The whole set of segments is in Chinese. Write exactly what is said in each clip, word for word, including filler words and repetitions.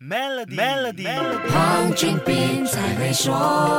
Melody, Melody, Melody. 黄俊斌才会说。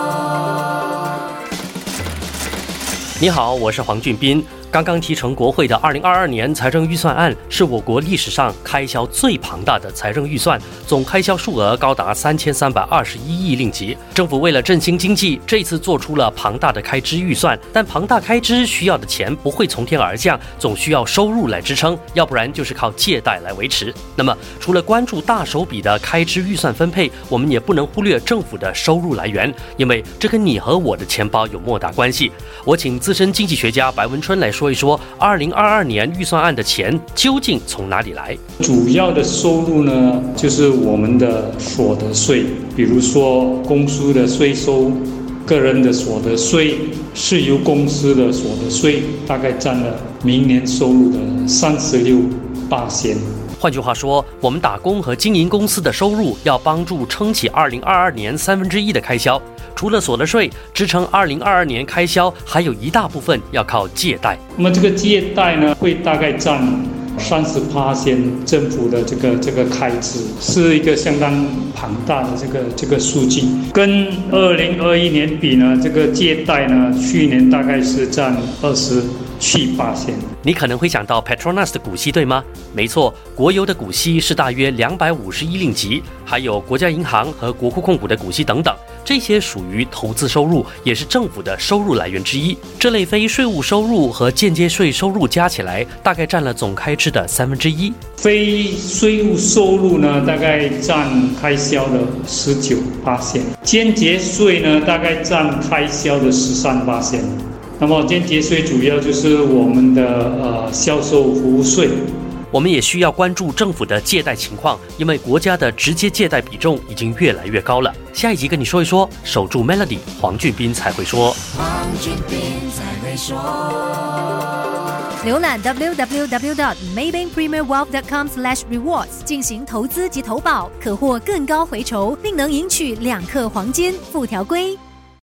你好，我是黄俊斌。刚刚提成国会的二零二二年财政预算案是我国历史上开销最庞大的财政预算，总开销数额高达三千三百二十一亿令吉。政府为了振兴经济，这次做出了庞大的开支预算，但庞大开支需要的钱不会从天而降，总需要收入来支撑，要不然就是靠借贷来维持。那么，除了关注大手笔的开支预算分配，我们也不能忽略政府的收入来源，因为这跟你和我的钱包有莫大关系。我请资深经济学家白文春来说一说二零二二年预算案的钱究竟从哪里来。 主要的收入呢，就是我们的所得税，比如说公司的税收、个人的所得税、石油公司的所得税，大概占了明年收入的三十六%。 换句话说，我们打工和经营公司的收入要帮助撑起二零二二年三分之一的开销。除了所得税支撑二零二二年开销，还有一大部分要靠借贷。 那么这个借贷呢，会大概占三十%政府的这个这个开支，是一个相当庞大的这个这个数据。跟二零二一年比呢，这个借贷呢，去年大概是占二十七%。 你可能会想到 Petronas 的股息，对吗？没错，国油的股息是大约两百五十一令吉，还有国家银行和国库控股的股息等等，这些属于投资收入，也是政府的收入来源之一。这类非税务收入和间接税收入加起来，大概占了总开支的三分之一。 非税务收入呢，大概占开销的十九%，间接税呢，大概占开销的十三%。那么间接税主要就是我们的呃销售服务税。 我们也需要关注政府的借贷情况，因为国家的直接借贷比重已经越来越高了。下一集跟你说一说，守住 Melody， 黄俊斌才会说。 黄俊斌才会说。 浏览 double-u double-u double-u dot maybank premier wealth dot com slash rewards 进行投资及投保，可获更高回酬，并能赢取两克黄金。附条规。